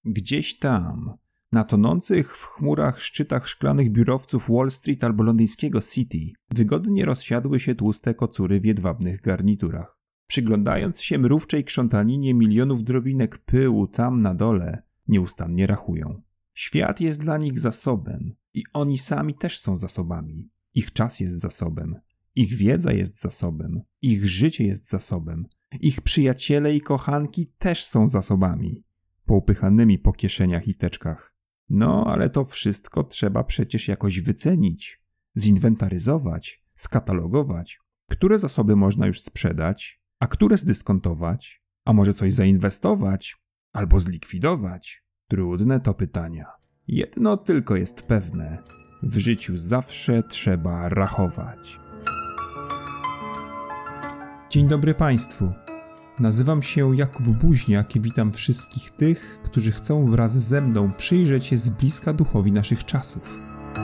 Gdzieś tam, na tonących w chmurach szczytach szklanych biurowców Wall Street albo londyńskiego City, wygodnie rozsiadły się tłuste kocury w jedwabnych garniturach. Przyglądając się mrówczej krzątaninie milionów drobinek pyłu tam na dole, nieustannie rachują. Świat jest dla nich zasobem i oni sami też są zasobami. Ich czas jest zasobem, ich wiedza jest zasobem, ich życie jest zasobem, ich przyjaciele i kochanki też są zasobami, poupychanymi po kieszeniach i teczkach. No, ale to wszystko trzeba przecież jakoś wycenić, zinwentaryzować, skatalogować. Które zasoby można już sprzedać, a które zdyskontować, a może coś zainwestować albo zlikwidować? Trudne to pytania. Jedno tylko jest pewne. W życiu zawsze trzeba rachować. Dzień dobry Państwu. Nazywam się Jakub Buźniak i witam wszystkich tych, którzy chcą wraz ze mną przyjrzeć się z bliska duchowi naszych czasów.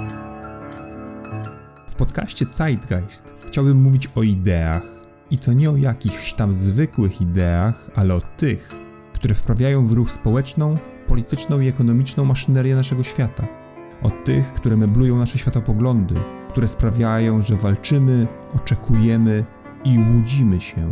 W podcaście Zeitgeist chciałbym mówić o ideach i to nie o jakichś tam zwykłych ideach, ale o tych, które wprawiają w ruch społeczną, polityczną i ekonomiczną maszynerię naszego świata. O tych, które meblują nasze światopoglądy, które sprawiają, że walczymy, oczekujemy i łudzimy się.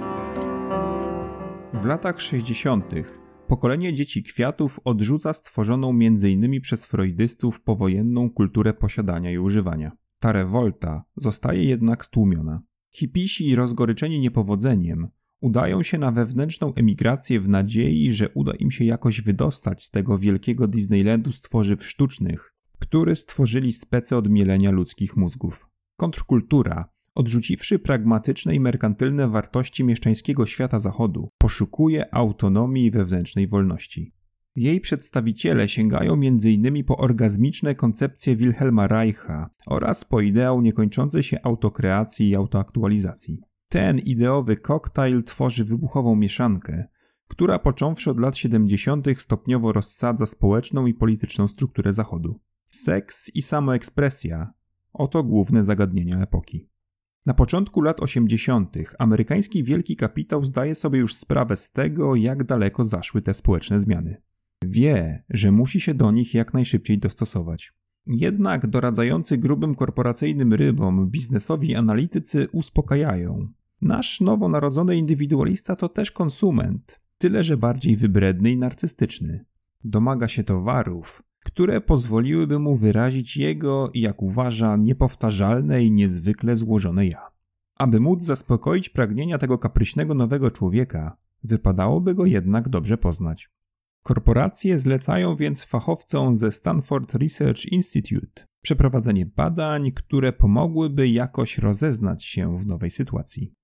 W latach 60. pokolenie dzieci kwiatów odrzuca stworzoną m.in. przez freudystów powojenną kulturę posiadania i używania. Ta rewolta zostaje jednak stłumiona. Hipisi rozgoryczeni niepowodzeniem udają się na wewnętrzną emigrację w nadziei, że uda im się jakoś wydostać z tego wielkiego Disneylandu z tworzyw sztucznych, który stworzyli spece od mielenia ludzkich mózgów. Kontrkultura, odrzuciwszy pragmatyczne i merkantylne wartości mieszczańskiego świata zachodu, poszukuje autonomii i wewnętrznej wolności. Jej przedstawiciele sięgają m.in. po orgazmiczne koncepcje Wilhelma Reicha oraz po ideał niekończącej się autokreacji i autoaktualizacji. Ten ideowy koktajl tworzy wybuchową mieszankę, która począwszy od lat 70. stopniowo rozsadza społeczną i polityczną strukturę Zachodu. Seks i samoekspresja – oto główne zagadnienia epoki. Na początku lat 80. amerykański wielki kapitał zdaje sobie już sprawę z tego, jak daleko zaszły te społeczne zmiany. Wie, że musi się do nich jak najszybciej dostosować. Jednak doradzający grubym korporacyjnym rybom biznesowi analitycy uspokajają. Nasz nowonarodzony indywidualista to też konsument, tyle że bardziej wybredny i narcystyczny. Domaga się towarów, które pozwoliłyby mu wyrazić jego, jak uważa, niepowtarzalne i niezwykle złożone ja. Aby móc zaspokoić pragnienia tego kapryśnego nowego człowieka, wypadałoby go jednak dobrze poznać. Korporacje zlecają więc fachowcom ze Stanford Research Institute przeprowadzenie badań, które pomogłyby jakoś rozeznać się w nowej sytuacji.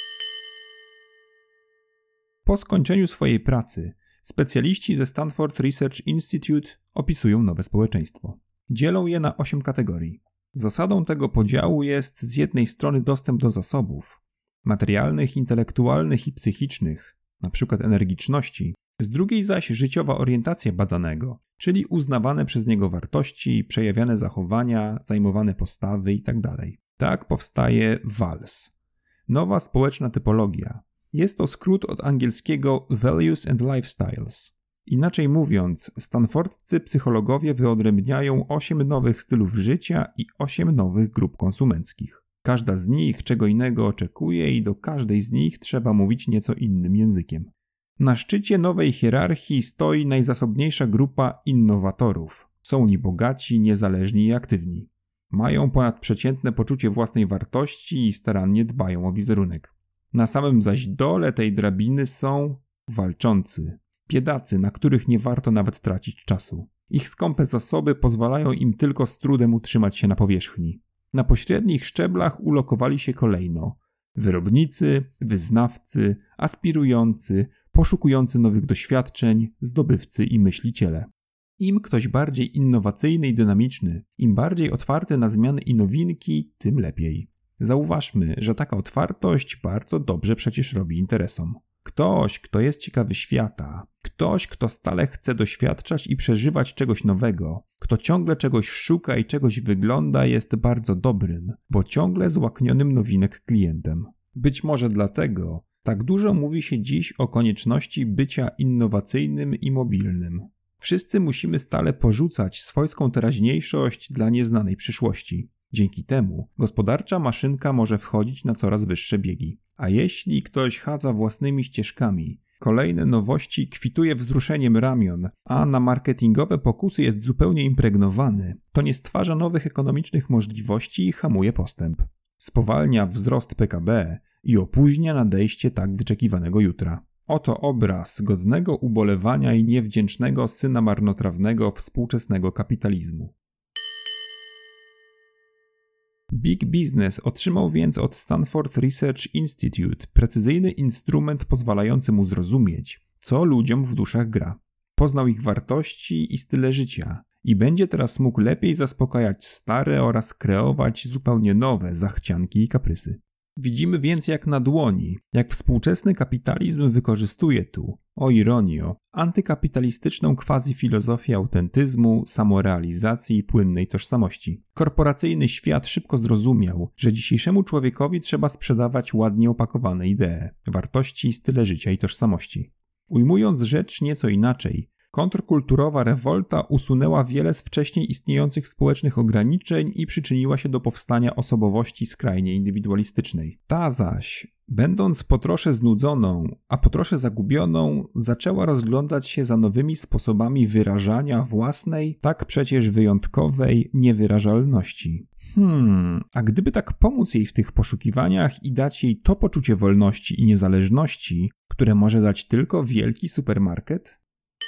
Po skończeniu swojej pracy specjaliści ze Stanford Research Institute opisują nowe społeczeństwo. Dzielą je na 8 kategorii. Zasadą tego podziału jest z jednej strony dostęp do zasobów materialnych, intelektualnych i psychicznych, np. energiczności, z drugiej zaś życiowa orientacja badanego, czyli uznawane przez niego wartości, przejawiane zachowania, zajmowane postawy itd. Tak powstaje VALS. Nowa społeczna typologia. Jest to skrót od angielskiego Values and Lifestyles. Inaczej mówiąc, stanfordcy psychologowie wyodrębniają 8 nowych stylów życia i 8 nowych grup konsumenckich. Każda z nich czego innego oczekuje i do każdej z nich trzeba mówić nieco innym językiem. Na szczycie nowej hierarchii stoi najzasobniejsza grupa innowatorów. Są oni bogaci, niezależni i aktywni. Mają ponadprzeciętne poczucie własnej wartości i starannie dbają o wizerunek. Na samym zaś dole tej drabiny są walczący, biedacy, na których nie warto nawet tracić czasu. Ich skąpe zasoby pozwalają im tylko z trudem utrzymać się na powierzchni. Na pośrednich szczeblach ulokowali się kolejno wyrobnicy, wyznawcy, aspirujący, poszukujący nowych doświadczeń, zdobywcy i myśliciele. Im ktoś bardziej innowacyjny i dynamiczny, im bardziej otwarty na zmiany i nowinki, tym lepiej. Zauważmy, że taka otwartość bardzo dobrze przecież robi interesom. Ktoś, kto jest ciekawy świata, ktoś, kto stale chce doświadczać i przeżywać czegoś nowego, kto ciągle czegoś szuka i czegoś wygląda, jest bardzo dobrym, bo ciągle złaknionym nowinek klientem. Być może dlatego tak dużo mówi się dziś o konieczności bycia innowacyjnym i mobilnym. Wszyscy musimy stale porzucać swojską teraźniejszość dla nieznanej przyszłości. Dzięki temu gospodarcza maszynka może wchodzić na coraz wyższe biegi. A jeśli ktoś chadza własnymi ścieżkami, kolejne nowości kwituje wzruszeniem ramion, a na marketingowe pokusy jest zupełnie impregnowany, to nie stwarza nowych ekonomicznych możliwości i hamuje postęp. Spowalnia wzrost PKB i opóźnia nadejście tak wyczekiwanego jutra. Oto obraz godnego ubolewania i niewdzięcznego syna marnotrawnego współczesnego kapitalizmu. Big Business otrzymał więc od Stanford Research Institute precyzyjny instrument pozwalający mu zrozumieć, co ludziom w duszach gra. Poznał ich wartości i style życia i będzie teraz mógł lepiej zaspokajać stare oraz kreować zupełnie nowe zachcianki i kaprysy. Widzimy więc jak na dłoni, jak współczesny kapitalizm wykorzystuje tu, o ironio, antykapitalistyczną quasi-filozofię autentyzmu, samorealizacji i płynnej tożsamości. Korporacyjny świat szybko zrozumiał, że dzisiejszemu człowiekowi trzeba sprzedawać ładnie opakowane idee, wartości, style życia i tożsamości. Ujmując rzecz nieco inaczej, kontrkulturowa rewolta usunęła wiele z wcześniej istniejących społecznych ograniczeń i przyczyniła się do powstania osobowości skrajnie indywidualistycznej. Ta zaś, będąc po trosze znudzoną, a po trosze zagubioną, zaczęła rozglądać się za nowymi sposobami wyrażania własnej, tak przecież wyjątkowej niewyrażalności. A gdyby tak pomóc jej w tych poszukiwaniach i dać jej to poczucie wolności i niezależności, które może dać tylko wielki supermarket?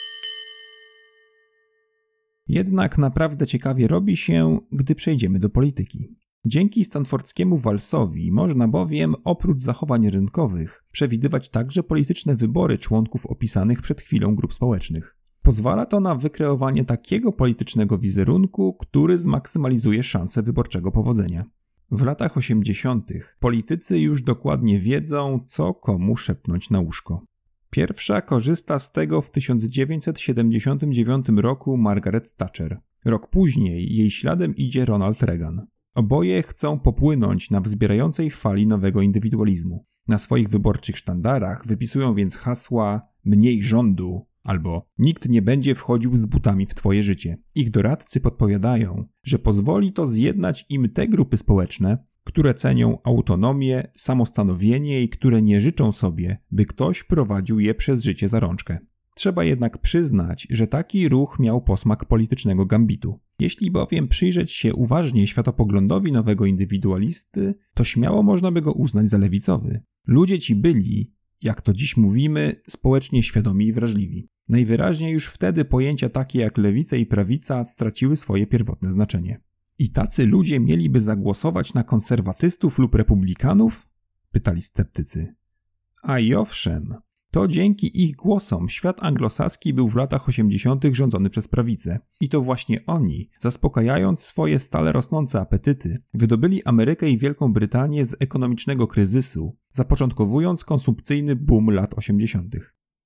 Jednak naprawdę ciekawie robi się, gdy przejdziemy do polityki. Dzięki stanfordskiemu walsowi można bowiem, oprócz zachowań rynkowych, przewidywać także polityczne wybory członków opisanych przed chwilą grup społecznych. Pozwala to na wykreowanie takiego politycznego wizerunku, który zmaksymalizuje szanse wyborczego powodzenia. W latach 80. politycy już dokładnie wiedzą, co komu szepnąć na łóżko. Pierwsza korzysta z tego w 1979 roku Margaret Thatcher. Rok później jej śladem idzie Ronald Reagan. Oboje chcą popłynąć na wzbierającej fali nowego indywidualizmu. Na swoich wyborczych sztandarach wypisują więc hasła „mniej rządu” albo „nikt nie będzie wchodził z butami w twoje życie”. Ich doradcy podpowiadają, że pozwoli to zjednać im te grupy społeczne, które cenią autonomię, samostanowienie i które nie życzą sobie, by ktoś prowadził je przez życie za rączkę. Trzeba jednak przyznać, że taki ruch miał posmak politycznego gambitu. Jeśli bowiem przyjrzeć się uważnie światopoglądowi nowego indywidualisty, to śmiało można by go uznać za lewicowy. Ludzie ci byli, jak to dziś mówimy, społecznie świadomi i wrażliwi. Najwyraźniej już wtedy pojęcia takie jak lewica i prawica straciły swoje pierwotne znaczenie. I tacy ludzie mieliby zagłosować na konserwatystów lub republikanów? Pytali sceptycy. A i owszem, to dzięki ich głosom świat anglosaski był w latach 80. rządzony przez prawicę. I to właśnie oni, zaspokajając swoje stale rosnące apetyty, wydobyli Amerykę i Wielką Brytanię z ekonomicznego kryzysu, zapoczątkowując konsumpcyjny boom lat 80.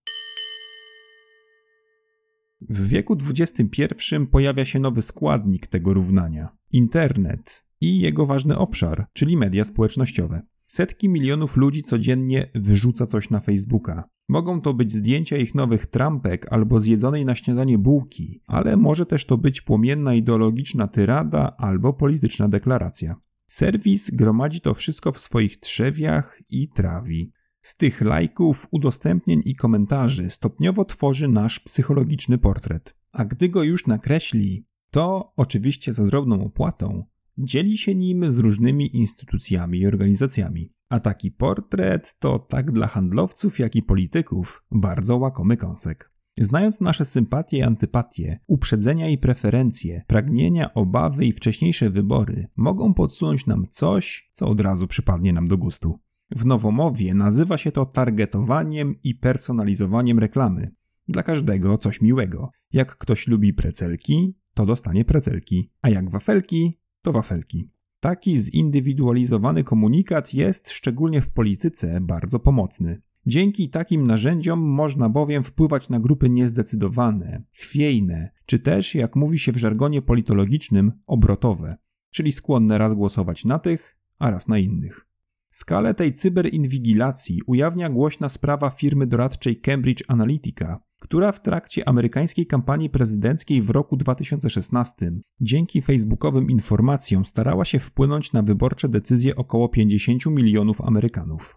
W wieku XXI pojawia się nowy składnik tego równania – internet i jego ważny obszar, czyli media społecznościowe. Setki milionów ludzi codziennie wyrzuca coś na Facebooka. Mogą to być zdjęcia ich nowych trampek albo zjedzonej na śniadanie bułki, ale może też to być płomienna ideologiczna tyrada albo polityczna deklaracja. Serwis gromadzi to wszystko w swoich trzewiach i trawi. Z tych lajków, udostępnień i komentarzy stopniowo tworzy nasz psychologiczny portret. A gdy go już nakreśli, to, oczywiście za drobną opłatą, dzieli się nim z różnymi instytucjami i organizacjami. A taki portret to tak dla handlowców, jak i polityków bardzo łakomy kąsek. Znając nasze sympatie i antypatie, uprzedzenia i preferencje, pragnienia, obawy i wcześniejsze wybory, mogą podsunąć nam coś, co od razu przypadnie nam do gustu. W nowomowie nazywa się to targetowaniem i personalizowaniem reklamy. Dla każdego coś miłego. Jak ktoś lubi precelki, to dostanie precelki, a jak wafelki, to wafelki. Taki zindywidualizowany komunikat jest, szczególnie w polityce, bardzo pomocny. Dzięki takim narzędziom można bowiem wpływać na grupy niezdecydowane, chwiejne, czy też, jak mówi się w żargonie politologicznym, obrotowe, czyli skłonne raz głosować na tych, a raz na innych. Skalę tej cyberinwigilacji ujawnia głośna sprawa firmy doradczej Cambridge Analytica, która w trakcie amerykańskiej kampanii prezydenckiej w roku 2016 dzięki facebookowym informacjom starała się wpłynąć na wyborcze decyzje około 50 milionów Amerykanów.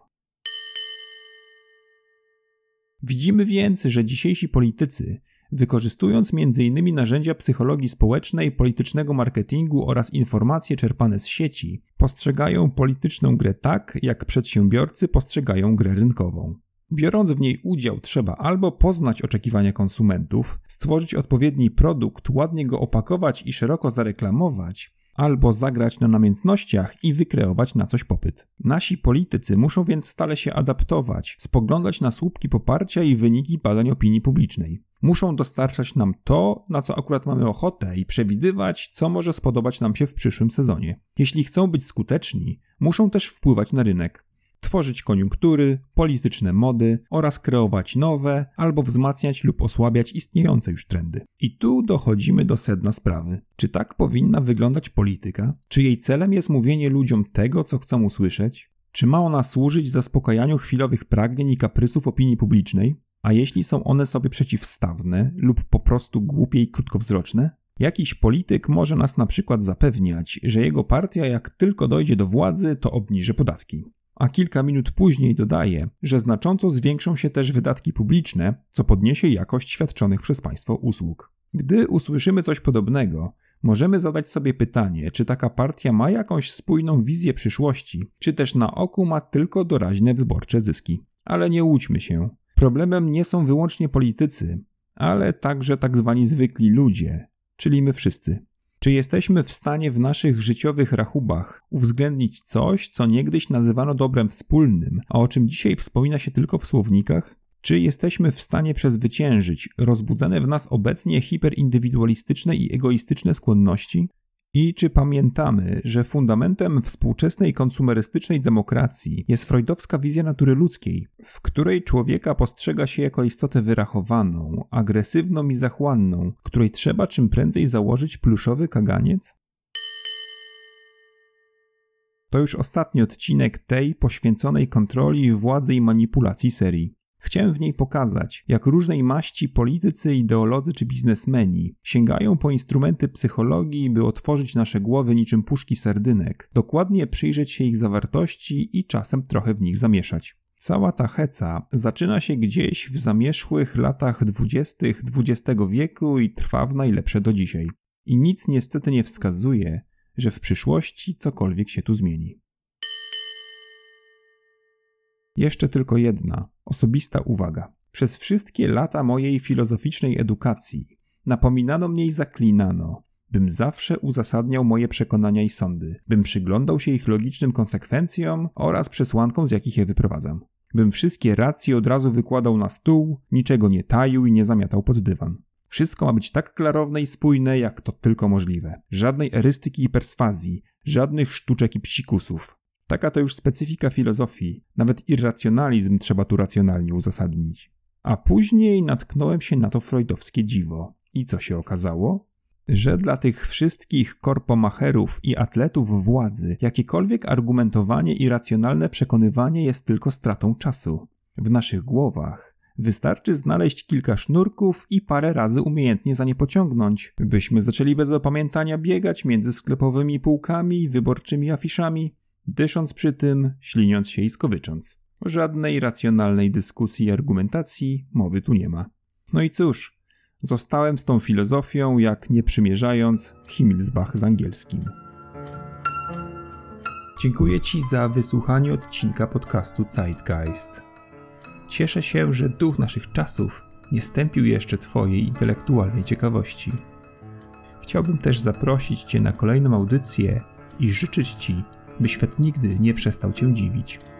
Widzimy więc, że dzisiejsi politycy, wykorzystując m.in. narzędzia psychologii społecznej, politycznego marketingu oraz informacje czerpane z sieci, postrzegają polityczną grę tak, jak przedsiębiorcy postrzegają grę rynkową. Biorąc w niej udział, trzeba albo poznać oczekiwania konsumentów, stworzyć odpowiedni produkt, ładnie go opakować i szeroko zareklamować, albo zagrać na namiętnościach i wykreować na coś popyt. Nasi politycy muszą więc stale się adaptować, spoglądać na słupki poparcia i wyniki badań opinii publicznej. Muszą dostarczać nam to, na co akurat mamy ochotę i przewidywać, co może spodobać nam się w przyszłym sezonie. Jeśli chcą być skuteczni, muszą też wpływać na rynek. Tworzyć koniunktury, polityczne mody oraz kreować nowe albo wzmacniać lub osłabiać istniejące już trendy. I tu dochodzimy do sedna sprawy. Czy tak powinna wyglądać polityka? Czy jej celem jest mówienie ludziom tego, co chcą usłyszeć? Czy ma ona służyć zaspokajaniu chwilowych pragnień i kaprysów opinii publicznej? A jeśli są one sobie przeciwstawne lub po prostu głupie i krótkowzroczne? Jakiś polityk może nas na przykład zapewniać, że jego partia jak tylko dojdzie do władzy, to obniży podatki. A kilka minut później dodaje, że znacząco zwiększą się też wydatki publiczne, co podniesie jakość świadczonych przez państwo usług. Gdy usłyszymy coś podobnego, możemy zadać sobie pytanie, czy taka partia ma jakąś spójną wizję przyszłości, czy też na oku ma tylko doraźne wyborcze zyski. Ale nie łudźmy się. Problemem nie są wyłącznie politycy, ale także tak zwani zwykli ludzie, czyli my wszyscy. Czy jesteśmy w stanie w naszych życiowych rachubach uwzględnić coś, co niegdyś nazywano dobrem wspólnym, a o czym dzisiaj wspomina się tylko w słownikach? Czy jesteśmy w stanie przezwyciężyć rozbudzone w nas obecnie hiperindywidualistyczne i egoistyczne skłonności? I czy pamiętamy, że fundamentem współczesnej konsumerystycznej demokracji jest freudowska wizja natury ludzkiej, w której człowieka postrzega się jako istotę wyrachowaną, agresywną i zachłanną, której trzeba czym prędzej założyć pluszowy kaganiec? To już ostatni odcinek tej poświęconej kontroli, władzy i manipulacji serii. Chciałem w niej pokazać, jak różnej maści politycy, ideolodzy czy biznesmeni sięgają po instrumenty psychologii, by otworzyć nasze głowy niczym puszki sardynek, dokładnie przyjrzeć się ich zawartości i czasem trochę w nich zamieszać. Cała ta heca zaczyna się gdzieś w zamierzchłych latach 20. XX wieku i trwa w najlepsze do dzisiaj. I nic niestety nie wskazuje, że w przyszłości cokolwiek się tu zmieni. Jeszcze tylko jedna, osobista uwaga. Przez wszystkie lata mojej filozoficznej edukacji napominano mnie i zaklinano, bym zawsze uzasadniał moje przekonania i sądy, bym przyglądał się ich logicznym konsekwencjom oraz przesłankom, z jakich je wyprowadzam. Bym wszystkie racje od razu wykładał na stół, niczego nie taił i nie zamiatał pod dywan. Wszystko ma być tak klarowne i spójne, jak to tylko możliwe. Żadnej erystyki i perswazji, żadnych sztuczek i psikusów. Taka to już specyfika filozofii, nawet irracjonalizm trzeba tu racjonalnie uzasadnić. A później natknąłem się na to freudowskie dziwo. I co się okazało? Że dla tych wszystkich korpomacherów i atletów władzy jakiekolwiek argumentowanie i racjonalne przekonywanie jest tylko stratą czasu. W naszych głowach wystarczy znaleźć kilka sznurków i parę razy umiejętnie za nie pociągnąć, byśmy zaczęli bez opamiętania biegać między sklepowymi półkami i wyborczymi afiszami, dysząc przy tym, śliniąc się i skowycząc. Żadnej racjonalnej dyskusji i argumentacji mowy tu nie ma. No i cóż, zostałem z tą filozofią, jak nie przymierzając, Himmelsbach z angielskim. Dziękuję Ci za wysłuchanie odcinka podcastu Zeitgeist. Cieszę się, że duch naszych czasów nie stępił jeszcze Twojej intelektualnej ciekawości. Chciałbym też zaprosić Cię na kolejną audycję i życzyć Ci, by świat nigdy nie przestał Cię dziwić.